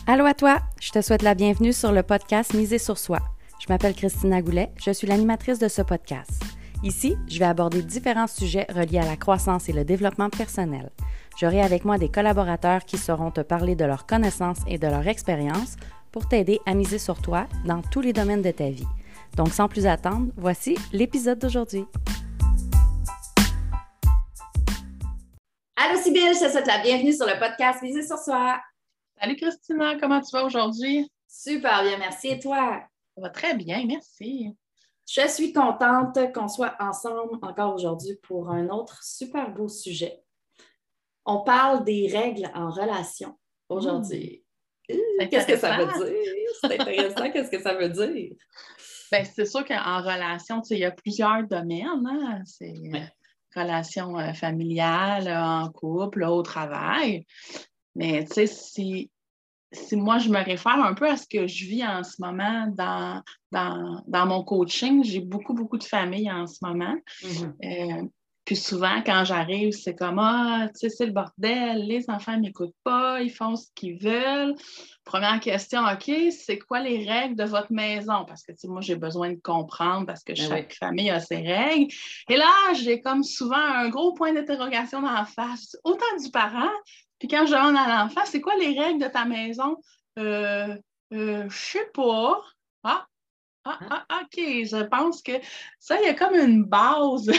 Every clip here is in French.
Allô à toi, je te souhaite la bienvenue sur le podcast Miser sur soi. Je m'appelle Christina Goulet, je suis l'animatrice de ce podcast. Ici, je vais aborder différents sujets reliés à la croissance et le développement personnel. J'aurai avec moi des collaborateurs qui sauront te parler de leurs connaissances et de leur expérience pour t'aider à miser sur toi dans tous les domaines de ta vie. Donc sans plus attendre, voici l'épisode d'aujourd'hui. Allô Sybille, je te souhaite la bienvenue sur le podcast Miser sur soi. Salut Christina, comment tu vas aujourd'hui? Super bien, merci. Et toi? Ça va très bien, merci. Je suis contente qu'on soit ensemble encore aujourd'hui pour un autre super beau sujet. On parle des règles en relation aujourd'hui. Qu'est-ce que ça veut dire? C'est intéressant, qu'est-ce que ça veut dire? Bien, c'est sûr qu'en relation, il y a plusieurs domaines. Hein? C'est relations familiales, en couple, au travail. Mais tu sais, si moi, je me réfère un peu à ce que je vis en ce moment dans mon coaching, j'ai beaucoup de familles en ce moment. Puis souvent, quand j'arrive, c'est comme « Ah, tu sais, c'est le bordel, les enfants ne m'écoutent pas, ils font ce qu'ils veulent. » Première question, OK, c'est quoi les règles de votre maison? Parce que, tu sais, moi, j'ai besoin de comprendre parce que chaque famille a ses règles. Et là, j'ai comme souvent un gros point d'interrogation dans la face, autant du parent. Puis quand je demande à l'enfant, c'est quoi les règles de ta maison? Je sais pas. OK, je pense que ça, il y a comme une base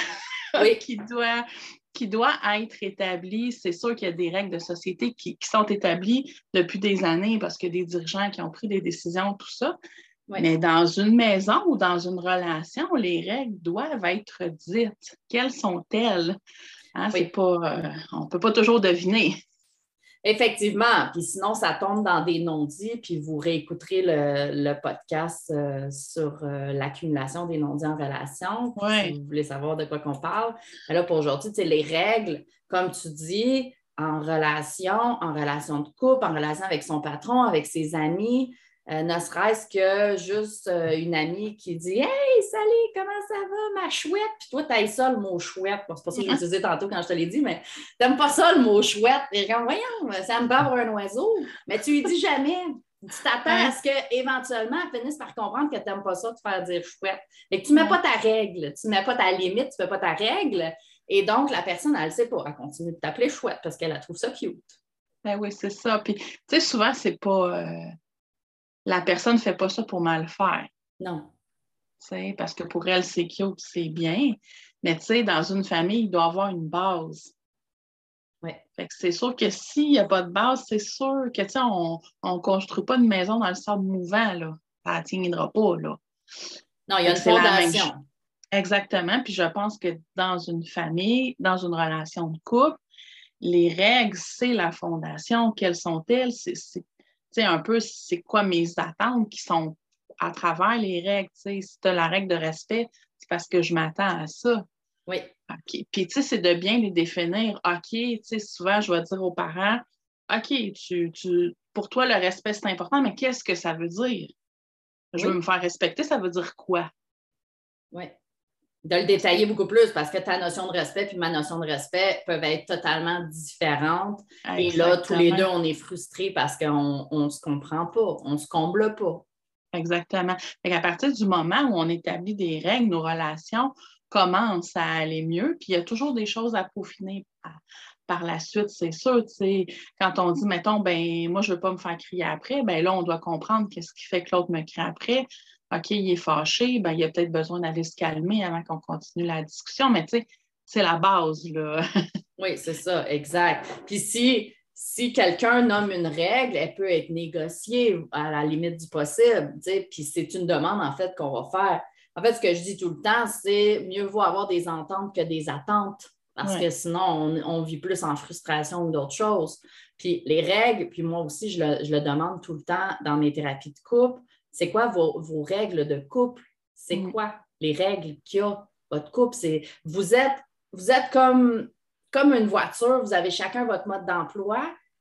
qui doit être établie. C'est sûr qu'il y a des règles de société qui sont établies depuis des années parce qu'il y a des dirigeants qui ont pris des décisions, tout ça. Oui. Mais dans une maison ou dans une relation, les règles doivent être dites. Quelles sont-elles? Hein, c'est pas, on ne peut pas toujours deviner. Effectivement, puis sinon, ça tombe dans des non-dits, puis vous réécouterez le podcast sur l'accumulation des non-dits en relation, si vous voulez savoir de quoi qu'on parle. Mais là, pour aujourd'hui, les règles, comme tu dis, en relation de couple, en relation avec son patron, avec ses amis, ne serait-ce que juste une amie qui dit « Hey, salut, comment ça va, ma chouette? » Puis toi, t'aimes ça, le mot chouette. Bon, c'est pas ça que j'ai utilisé tantôt quand je te l'ai dit, mais t'aimes pas ça, le mot chouette. Et comme, voyons, ça me parle un oiseau. Mais tu lui dis jamais. Tu t'attends à ce qu'éventuellement, elle finisse par comprendre que tu n'aimes pas ça, de faire dire chouette. Et que tu ne mets pas ta règle, tu ne mets pas ta limite, tu ne mets pas ta règle. Et donc, la personne, elle ne sait pas. Elle continue de t'appeler chouette parce qu'elle trouve ça cute. Ben oui, c'est ça. Puis, tu sais, souvent, c'est pas... La personne ne fait pas ça pour mal faire. Non. T'sais, parce que pour elle, c'est cute, c'est bien. Mais tu sais, dans une famille, il doit y avoir une base. Oui. Fait que c'est sûr que s'il n'y a pas de base, c'est sûr que on ne construit pas une maison dans le sable mouvant, là. Ça ne tiendra pas, là. Non, il y a une fondation. Exactement. Puis je pense que dans une famille, dans une relation de couple, les règles, c'est la fondation. Quelles sont-elles? C'est un peu, c'est quoi mes attentes qui sont à travers les règles. Si tu as la règle de respect, c'est parce que je m'attends à ça. Oui. OK. Puis, tu sais, c'est de bien les définir. OK, tu sais, souvent, je vais dire aux parents, OK, pour toi, le respect, c'est important, mais qu'est-ce que ça veut dire? Je veux me faire respecter, ça veut dire quoi? Oui. De le détailler beaucoup plus parce que ta notion de respect et ma notion de respect peuvent être totalement différentes. Exactement. Et là, tous les deux, on est frustrés parce qu'on ne se comprend pas, on ne se comble pas. Exactement. Fait qu'à partir du moment où on établit des règles, nos relations commencent à aller mieux, puis il y a toujours des choses à peaufiner par la suite, c'est sûr. Quand on dit, mettons, ben moi, je ne veux pas me faire crier après, ben là, on doit comprendre qu'est-ce qui fait que l'autre me crie après. OK, il est fâché, ben il a peut-être besoin d'aller se calmer avant qu'on continue la discussion, mais tu sais, c'est la base, là. Oui, c'est ça, exact. Puis si quelqu'un nomme une règle, elle peut être négociée à la limite du possible, puis c'est une demande, en fait, qu'on va faire. En fait, ce que je dis tout le temps, c'est mieux vaut avoir des ententes que des attentes, parce que sinon, on vit plus en frustration ou d'autres choses. Puis les règles, puis moi aussi, je le demande tout le temps dans mes thérapies de couple, c'est quoi vos règles de couple? C'est quoi les règles qu'il y a, votre couple? Vous êtes comme une voiture, vous avez chacun votre mode d'emploi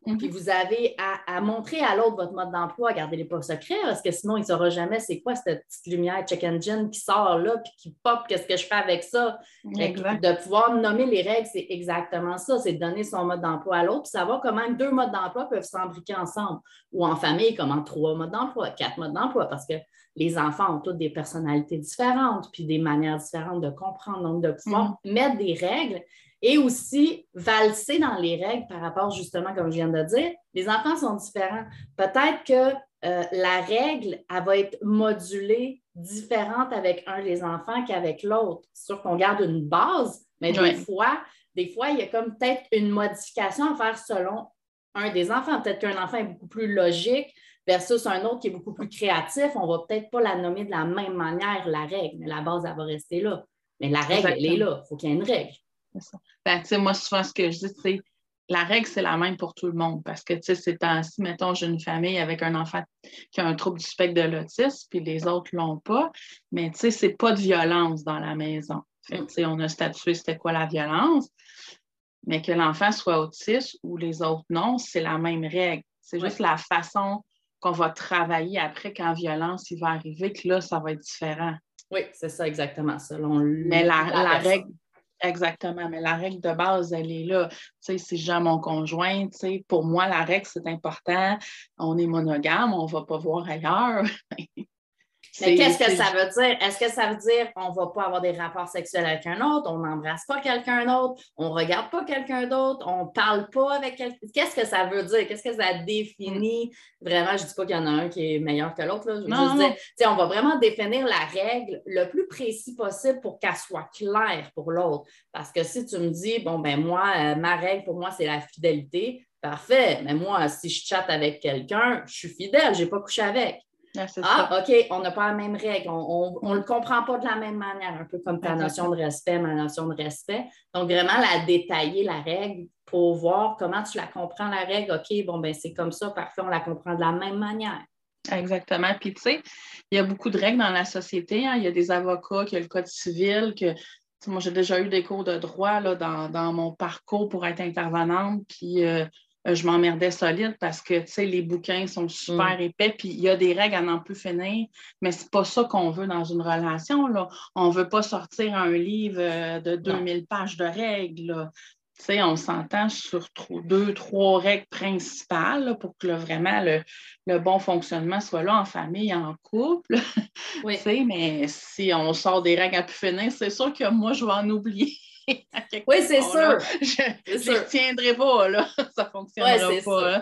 Puis vous avez à montrer à l'autre votre mode d'emploi, gardez-les pas secrets, parce que sinon, il ne saura jamais c'est quoi cette petite lumière check engine qui sort là, puis qui pop, qu'est-ce que je fais avec ça. De pouvoir nommer les règles, c'est exactement ça, c'est de donner son mode d'emploi à l'autre, puis savoir comment 2 modes d'emploi peuvent s'embriquer ensemble. Ou en famille, comment 3 modes d'emploi, 4 modes d'emploi, parce que les enfants ont toutes des personnalités différentes, puis des manières différentes de comprendre, donc de pouvoir mettre des règles. Et aussi, valser dans les règles par rapport, justement, comme je viens de dire, les enfants sont différents. Peut-être que la règle, elle va être modulée différente avec un des enfants qu'avec l'autre. C'est sûr qu'on garde une base, mais des fois, il y a comme peut-être une modification à faire selon un des enfants. Peut-être qu'un enfant est beaucoup plus logique versus un autre qui est beaucoup plus créatif. On ne va peut-être pas la nommer de la même manière, la règle, mais la base, elle va rester là. Mais la règle, elle est là. Il faut qu'il y ait une règle. Ben, moi, souvent, ce que je dis, c'est la règle, c'est la même pour tout le monde. Parce que, ces temps-ci, mettons, j'ai une famille avec un enfant qui a un trouble du spectre de l'autisme, puis les autres ne l'ont pas. Mais, c'est pas de violence dans la maison. Fait que, on a statué c'était quoi la violence. Mais que l'enfant soit autiste ou les autres non, c'est la même règle. C'est juste la façon qu'on va travailler après quand violence il va arriver, que là, ça va être différent. Oui, c'est ça, exactement. Mais la règle. Exactement, mais la règle de base, elle est là. Si j'ai mon conjoint, pour moi, la règle, c'est important. On est monogame, on ne va pas voir ailleurs. Mais qu'est-ce que ça veut dire? Est-ce que ça veut dire qu'on ne va pas avoir des rapports sexuels avec un autre, on n'embrasse pas quelqu'un d'autre, on ne regarde pas quelqu'un d'autre, on ne parle pas avec quelqu'un? Qu'est-ce que ça veut dire? Qu'est-ce que ça définit? Vraiment, je ne dis pas qu'il y en a un qui est meilleur que l'autre. Je veux juste dire, on va vraiment définir la règle le plus précis possible pour qu'elle soit claire pour l'autre. Parce que si tu me dis, moi, ma règle pour moi, c'est la fidélité, parfait. Mais moi, si je chatte avec quelqu'un, je suis fidèle, je n'ai pas couché avec. OK, on n'a pas la même règle, on ne le comprend pas de la même manière, un peu comme ta notion de respect, ma notion de respect. Donc, vraiment, la détailler, la règle, pour voir comment tu la comprends, la règle. OK, c'est comme ça, parfait, on la comprend de la même manière. Exactement. Puis, il y a beaucoup de règles dans la société. Hein. Il y a des avocats, il y a le code civil, moi, j'ai déjà eu des cours de droit là, dans mon parcours pour être intervenante, puis je m'emmerdais solide parce que, les bouquins sont super épais, puis il y a des règles à n'en plus finir, mais c'est pas ça qu'on veut dans une relation, là. On veut pas sortir un livre de 2000 pages de règles, là. On s'entend sur 2, 3 règles principales là, pour que vraiment le bon fonctionnement soit là en famille, en couple. Oui. Mais si on sort des règles à plus finir, c'est sûr que moi, je vais en oublier. Oui, c'est sûr. Je ne retiendrai pas, là. Ça ne fonctionnera pas.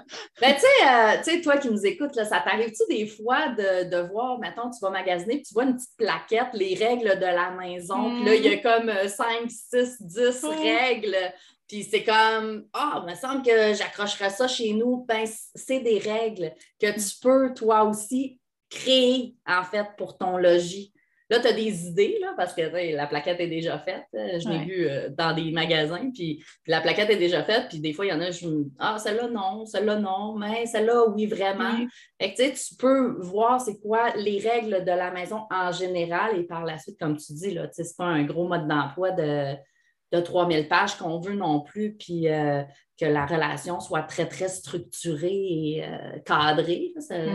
Tu sais, toi qui nous écoutes, là, ça t'arrive-tu des fois de voir, mettons, tu vas magasiner, puis tu vois une petite plaquette, les règles de la maison, puis là, il y a comme 5, 6, 10 règles. Puis c'est comme, il me semble que j'accrocherais ça chez nous. C'est des règles que tu peux, toi aussi, créer, en fait, pour ton logis. Là, tu as des idées, là, parce que la plaquette est déjà faite. Je l'ai vue dans des magasins, puis la plaquette est déjà faite. Puis des fois, il y en a, celle-là, non, mais celle-là, oui, vraiment. Fait que, tu peux voir c'est quoi les règles de la maison en général et par la suite, comme tu dis, là, c'est pas un gros mode d'emploi de 3000 pages qu'on veut non plus, puis que la relation soit très, très structurée et cadrée.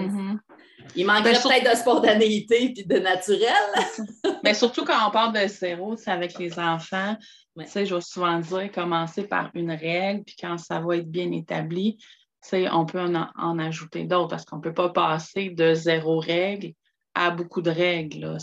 Il manquerait peut-être de spontanéité puis de naturel. Mais surtout quand on parle de zéro, avec les enfants, je vais souvent dire commencer par une règle, puis quand ça va être bien établi, on peut en ajouter d'autres parce qu'on ne peut pas passer de 0 règle à beaucoup de règles. Là.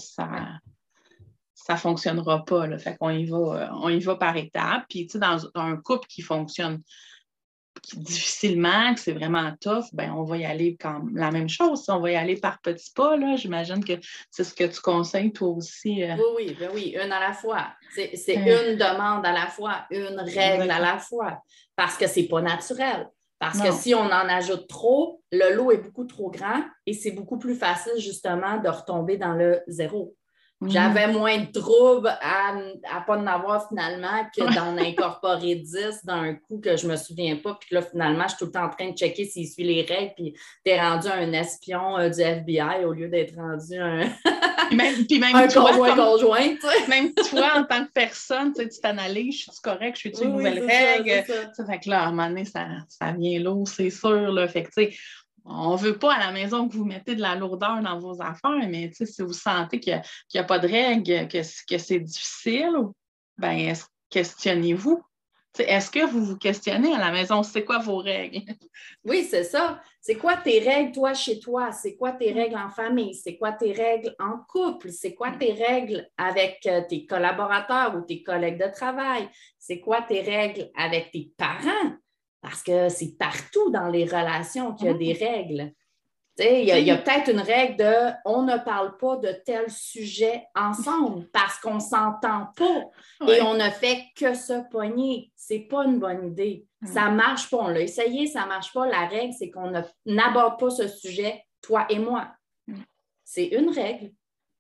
Ça ne fonctionnera pas. Là. Fait qu'on y va par étapes. Puis, dans un couple qui fonctionne difficilement, que c'est vraiment tough, on va y aller comme la même chose. On va y aller par petits pas. Là. J'imagine que c'est ce que tu conseilles toi aussi. Oui, une à la fois. C'est une demande à la fois, une règle à la fois, parce que ce n'est pas naturel. Parce que si on en ajoute trop, le lot est beaucoup trop grand et c'est beaucoup plus facile justement de retomber dans le zéro. J'avais moins de troubles à ne pas en avoir finalement que d'en incorporer 10 d'un coup que je ne me souviens pas. Puis là, finalement, je suis tout le temps en train de checker s'il suit les règles. Puis tu es rendu un espion du FBI au lieu d'être rendu un, puis même un toi, conjoint. Même toi, en tant que personne, tu t'analyses, je suis correct, je suis une nouvelle règle. Ça fait que là, à un moment donné, ça vient lourd, c'est sûr. Là. Fait que, on ne veut pas à la maison que vous mettez de la lourdeur dans vos affaires, mais si vous sentez qu'il n'y a pas de règles, que c'est difficile, ben questionnez-vous. Est-ce que vous vous questionnez à la maison? C'est quoi vos règles? Oui, c'est ça. C'est quoi tes règles, toi, chez toi? C'est quoi tes règles en famille? C'est quoi tes règles en couple? C'est quoi tes règles avec tes collaborateurs ou tes collègues de travail? C'est quoi tes règles avec tes parents? Parce que c'est partout dans les relations qu'il y a des règles. Il y a peut-être une règle de on ne parle pas de tel sujet ensemble parce qu'on ne s'entend pas et on ne fait que se pogner. Ce n'est pas une bonne idée. Ça ne marche pas. On l'a essayé, ça ne marche pas. La règle, c'est qu'on n'aborde pas ce sujet, toi et moi. C'est une règle.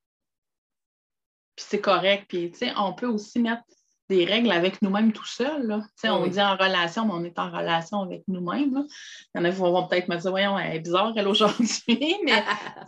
Puis c'est correct. Puis, on peut aussi mettre des règles avec nous-mêmes tout seuls. On dit en relation, mais on est en relation avec nous-mêmes. Là. Il y en a qui vont peut-être me dire, voyons, elle est bizarre, elle, aujourd'hui. Mais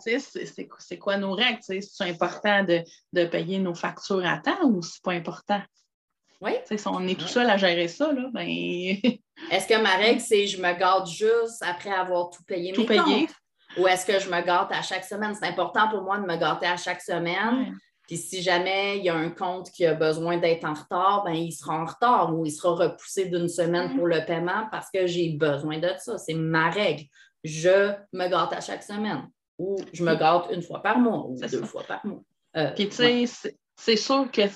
c'est quoi nos règles? C'est important de payer nos factures à temps ou c'est pas important? Oui. Si on est tout seul à gérer ça, là, ben... Est-ce que ma règle, c'est je me gâte juste après avoir tout payé mes comptes? Ou est-ce que je me gâte à chaque semaine? C'est important pour moi de me gâter à chaque semaine. Ouais. Puis si jamais il y a un compte qui a besoin d'être en retard, ben il sera en retard ou il sera repoussé d'une semaine pour le paiement parce que j'ai besoin de ça. C'est ma règle. Je me gâte à chaque semaine ou je me gâte une fois par mois ou deux fois par mois. Puis tu sais, c'est sûr que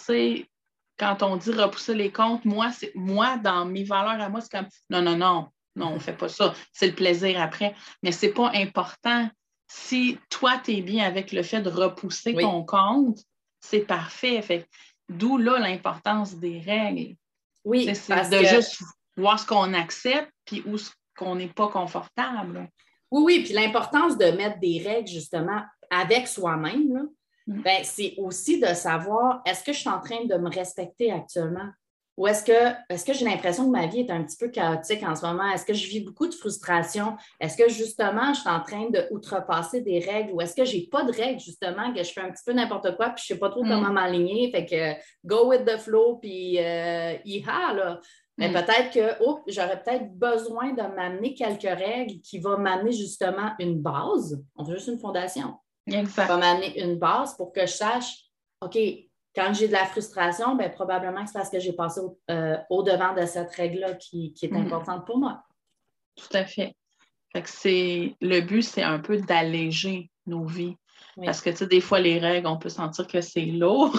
quand on dit repousser les comptes, moi, dans mes valeurs à moi, c'est comme non, on ne fait pas ça. C'est le plaisir après. Mais ce n'est pas important. Si toi, tu es bien avec le fait de repousser ton compte, c'est parfait. Fait d'où là l'importance des règles. Oui, c'est de juste voir ce qu'on accepte puis où ce qu'on n'est pas confortable. Oui, puis l'importance de mettre des règles, justement, avec soi-même, là, ben, c'est aussi de savoir, est-ce que je suis en train de me respecter actuellement? Ou est-ce que j'ai l'impression que ma vie est un petit peu chaotique en ce moment? Est-ce que je vis beaucoup de frustration? Est-ce que justement, je suis en train d'outrepasser des règles ou est-ce que je n'ai pas de règles, justement, que je fais un petit peu n'importe quoi puis je ne sais pas trop comment m'aligner? Fait que go with the flow puis iha, là. Mais peut-être que j'aurais peut-être besoin de m'amener quelques règles qui vont m'amener justement une base. On fait juste une fondation. Exact. Ça va m'amener une base pour que je sache, OK, quand j'ai de la frustration, bien, probablement que c'est parce que j'ai passé au-devant de cette règle-là qui est importante pour moi. Tout à fait. Fait que le but, c'est un peu d'alléger nos vies. Oui. Parce que, des fois, les règles, on peut sentir que c'est lourd.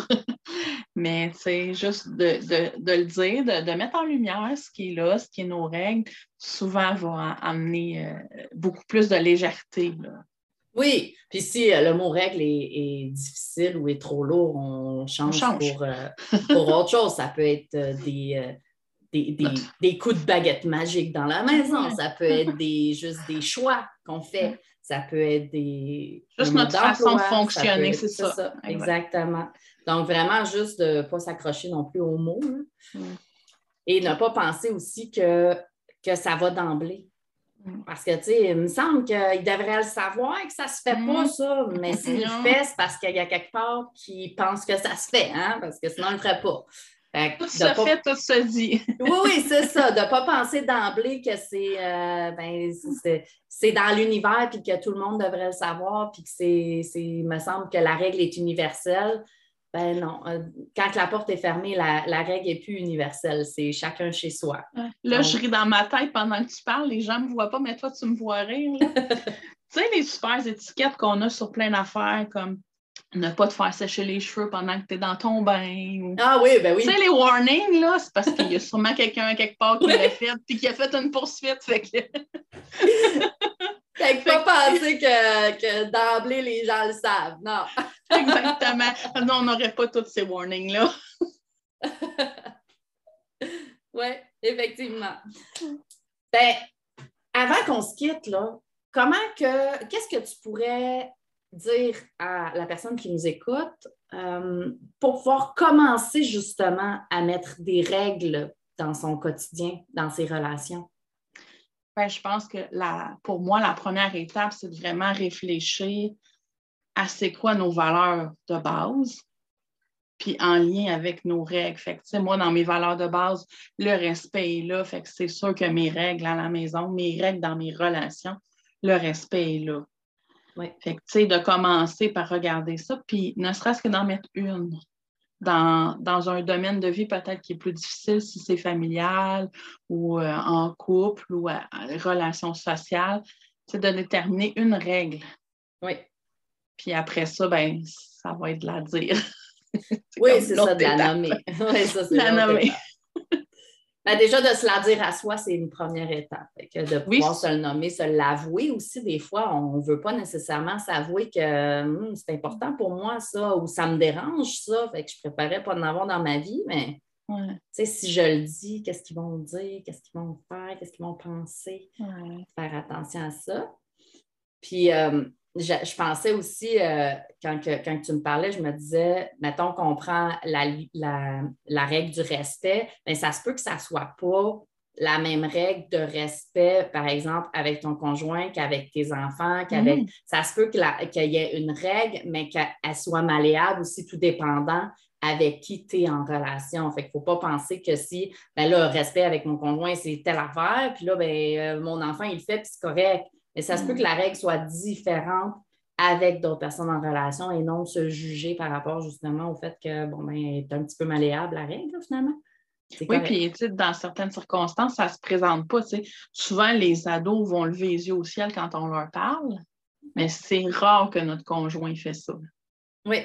Mais, juste de le dire, de mettre en lumière ce qui est là, ce qui est nos règles, souvent va amener beaucoup plus de légèreté, là. Oui, puis si le mot règle est difficile ou est trop lourd, on change. Pour autre chose. Ça peut être des coups de baguette magique dans la maison. Ça peut être juste des choix qu'on fait. Ça peut être juste notre façon de fonctionner, c'est ça. Exactement. Donc, vraiment, juste de ne pas s'accrocher non plus aux mots. Et ne pas penser aussi que ça va d'emblée. Parce que, tu sais, il me semble qu'il devrait le savoir que ça ne se fait pas, ça. Mais s'il le fait, c'est parce qu'il y a quelque part qui pense que ça se fait, hein? Parce que sinon, il ne le ferait pas. Tout se fait, tout se dit. Oui, c'est ça. De ne pas penser d'emblée que c'est dans l'univers puis que tout le monde devrait le savoir puis que il me semble que la règle est universelle. Ben non. Quand la porte est fermée, la règle n'est plus universelle. C'est chacun chez soi. Là, je ris dans ma tête pendant que tu parles. Les gens ne me voient pas, mais toi, tu me vois rire. Tu sais, les super étiquettes qu'on a sur plein d'affaires, comme ne pas te faire sécher les cheveux pendant que tu es dans ton bain. Ah oui, ben oui. Tu sais, les warnings, là, c'est parce qu'il y a sûrement quelqu'un quelque part qui l'a fait puis qui a fait une poursuite. Fait que... Fait que pas penser que d'emblée, les gens le savent. Non. Exactement. Non, on n'aurait pas tous ces warnings-là. Oui, effectivement. Ben, avant qu'on se quitte, là, qu'est-ce que tu pourrais dire à la personne qui nous écoute pour pouvoir commencer justement à mettre des règles dans son quotidien, dans ses relations? Ben, je pense que pour moi, la première étape, c'est de vraiment réfléchir à c'est quoi nos valeurs de base, puis en lien avec nos règles. Fait que, moi, dans mes valeurs de base, le respect est là. Fait que c'est sûr que mes règles à la maison, mes règles dans mes relations, le respect est là. Oui. Fait que, de commencer par regarder ça, puis ne serait-ce que d'en mettre une dans un domaine de vie peut-être qui est plus difficile, si c'est familial ou en couple ou relations sociales, c'est de déterminer une règle. Oui. Puis après ça, ben ça va être de la dire. Oui, c'est ça, de la nommer. Oui, ça, c'est la nommer. Ben, déjà, de se la dire à soi, c'est une première étape. De pouvoir se le nommer, se l'avouer aussi. Des fois, on ne veut pas nécessairement s'avouer que c'est important pour moi, ça, ou ça me dérange, ça. Fait que je ne préparais pas d'en avoir dans ma vie, mais si je le dis, qu'est-ce qu'ils vont dire, qu'est-ce qu'ils vont faire, qu'est-ce qu'ils vont penser? Faire attention à ça. Puis, je pensais aussi, quand tu me parlais, je me disais, mettons qu'on prend la règle du respect, bien, ça se peut que ça ne soit pas la même règle de respect, par exemple, avec ton conjoint qu'avec tes enfants, ça se peut qu'il y ait une règle, mais qu'elle soit malléable aussi, tout dépendant avec qui tu es en relation. Fait qu'il ne faut pas penser que si, ben là, respect avec mon conjoint, c'est telle affaire, puis là, ben, mon enfant, il le fait, puis c'est correct. Mais ça se peut que la règle soit différente avec d'autres personnes en relation et non se juger par rapport justement au fait que, bon, ben, elle est un petit peu malléable, la règle, là, finalement. Oui, puis dans certaines circonstances, ça ne se présente pas. T'sais. Souvent, les ados vont lever les yeux au ciel quand on leur parle, mais c'est rare que notre conjoint fait ça. Oui.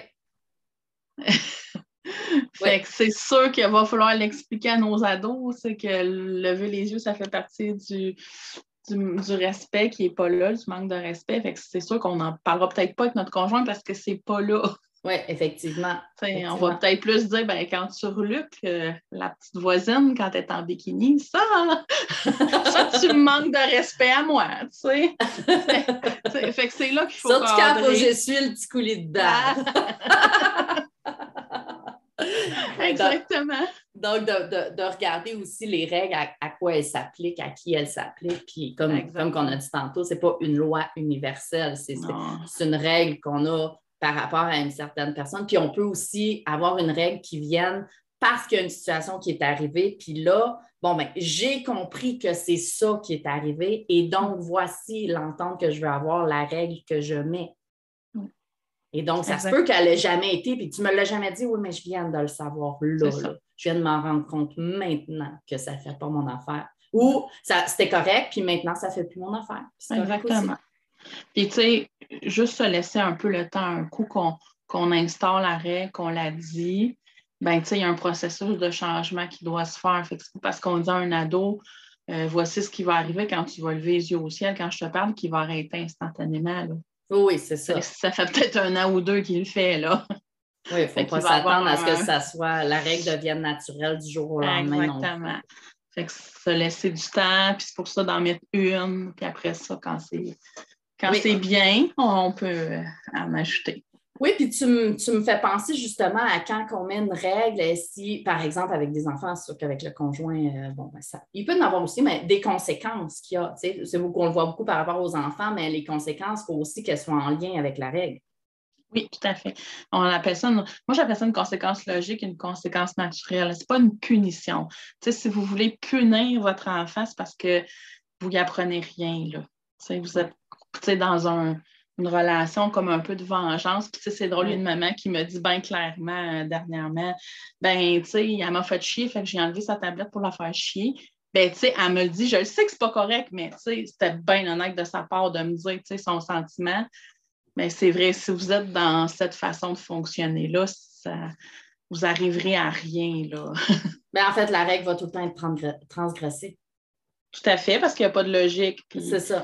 Fait que c'est sûr qu'il va falloir l'expliquer à nos ados, c'est que lever les yeux, ça fait partie du respect qui n'est pas là, du manque de respect. Fait que c'est sûr qu'on n'en parlera peut-être pas avec notre conjoint parce que c'est pas là. Oui, effectivement. On va peut-être plus dire, ben, quand tu reluques la petite voisine, quand elle est en bikini, ça, tu me manques de respect à moi, tu sais. Fait que c'est là qu'il faut surtout quand je suis le petit coulis dedans. Exactement. Donc, de regarder aussi les règles, à quoi elles s'appliquent, à qui elles s'appliquent. Puis, comme qu'on a dit tantôt, ce n'est pas une loi universelle. C'est une règle qu'on a par rapport à une certaine personne. Puis, on peut aussi avoir une règle qui vienne parce qu'il y a une situation qui est arrivée. Puis là, bon, ben, j'ai compris que c'est ça qui est arrivé. Et donc, voici l'entente que je veux avoir, la règle que je mets. Et donc, ça se peut qu'elle n'ait jamais été, puis tu ne me l'as jamais dit, oui, mais je viens de le savoir là. Je viens de m'en rendre compte maintenant que ça ne fait pas mon affaire. Ou c'était correct, puis maintenant, ça ne fait plus mon affaire. Exactement. Puis, tu sais, juste se laisser un peu le temps, un coup qu'on instaure la règle, qu'on la dit, ben tu sais, il y a un processus de changement qui doit se faire. Fait que c'est parce qu'on dit à un ado, voici ce qui va arriver quand tu vas lever les yeux au ciel, quand je te parle, qui va arrêter instantanément, là. Oui, c'est ça. Ça fait peut-être 1 an ou 2 qu'il le fait, là. Oui, il ne faut pas s'attendre à ce que ça soit, la règle devienne naturelle du jour au lendemain. Exactement. Fait que se laisser du temps, puis c'est pour ça d'en mettre une, puis après ça, quand c'est bien, on peut en ajouter. Oui, puis tu me fais penser justement à quand on met une règle, si, par exemple, avec des enfants, c'est sûr qu'avec le conjoint, bon, ben il peut y en avoir aussi, mais des conséquences qu'il y a. C'est qu'on le voit beaucoup par rapport aux enfants, mais les conséquences, il faut aussi qu'elles soient en lien avec la règle. Oui, tout à fait. On appelle ça, moi, j'appelle ça une conséquence logique, une conséquence naturelle. Ce n'est pas une punition. Tu sais, si vous voulez punir votre enfant, c'est parce que vous n'y apprenez rien, là. Tu sais, vous êtes dans une relation comme un peu de vengeance. Puis, c'est drôle, il y a une maman qui me dit bien clairement dernièrement, ben, tu sais, elle m'a fait chier, fait que j'ai enlevé sa tablette pour la faire chier. Ben, tu sais, elle me le dit, je le sais que c'est pas correct, mais tu sais, c'était bien honnête de sa part de me dire, tu sais, son sentiment. Mais c'est vrai, si vous êtes dans cette façon de fonctionner-là, vous arriverez à rien, là. Ben, en fait, la règle va tout le temps être transgressée. Tout à fait, parce qu'il n'y a pas de logique. Puis... C'est ça.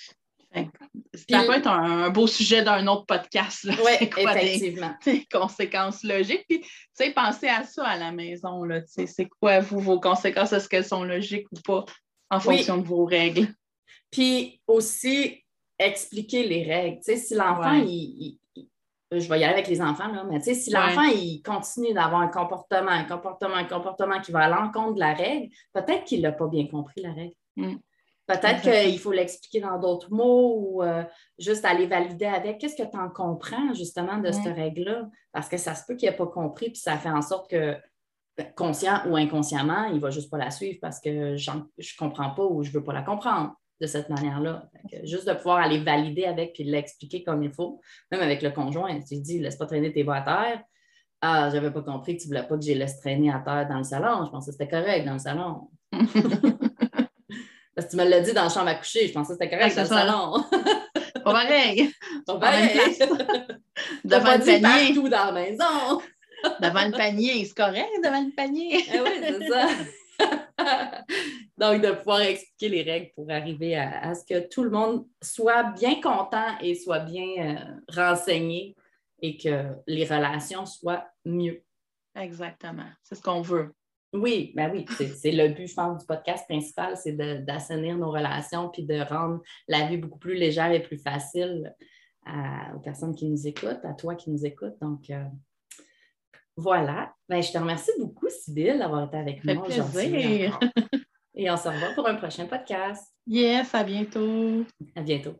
Ça peut être un beau sujet d'un autre podcast. Oui, effectivement. Des conséquences logiques. Puis, tu sais, pensez à ça à la maison. Là, c'est quoi, vos conséquences? Est-ce qu'elles sont logiques ou pas en fonction de vos règles? Puis aussi, expliquer les règles. Tu sais, si l'enfant, je vais y aller avec les enfants, là, mais tu sais, si l'enfant, il continue d'avoir un comportement qui va à l'encontre de la règle, peut-être qu'il n'a pas bien compris la règle. Peut-être qu'il faut l'expliquer dans d'autres mots ou juste aller valider avec. Qu'est-ce que tu en comprends, justement, de cette règle-là? Parce que ça se peut qu'il n'ait pas compris, puis ça fait en sorte que, conscient ou inconsciemment, il ne va juste pas la suivre parce que je ne comprends pas ou je ne veux pas la comprendre de cette manière-là. Juste de pouvoir aller valider avec puis l'expliquer comme il faut. Même avec le conjoint, tu dis, laisse pas traîner tes bas à terre. Ah, j'avais pas compris que tu voulais pas que je les laisse traîner à terre dans le salon. Je pensais que c'était correct dans le salon. Parce que tu me l'as dit dans la chambre à coucher. Je pensais que c'était correct dans le salon. Pas pareil. Pas pareil. Devant le panier. Partout dans la maison. Devant le panier. C'est correct devant le panier. Oui, c'est ça. Donc, de pouvoir expliquer les règles pour arriver à ce que tout le monde soit bien content et soit bien renseigné et que les relations soient mieux. Exactement. C'est ce qu'on veut. Oui, ben oui, c'est le but, je pense, du podcast principal, c'est d'assainir nos relations puis de rendre la vie beaucoup plus légère et plus facile aux personnes qui nous écoutent, à toi qui nous écoutes. Donc, voilà. Ben, je te remercie beaucoup, Sybille, d'avoir été avec moi aujourd'hui. Et on se revoit pour un prochain podcast. Yes, à bientôt. À bientôt.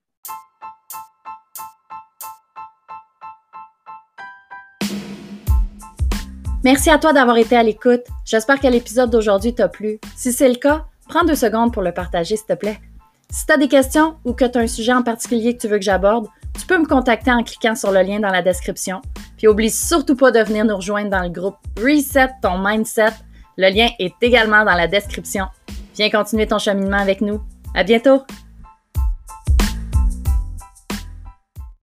Merci à toi d'avoir été à l'écoute. J'espère que l'épisode d'aujourd'hui t'a plu. Si c'est le cas, prends 2 secondes pour le partager, s'il te plaît. Si tu as des questions ou que tu as un sujet en particulier que tu veux que j'aborde, tu peux me contacter en cliquant sur le lien dans la description. Puis oublie surtout pas de venir nous rejoindre dans le groupe Reset ton mindset. Le lien est également dans la description. Viens continuer ton cheminement avec nous. À bientôt!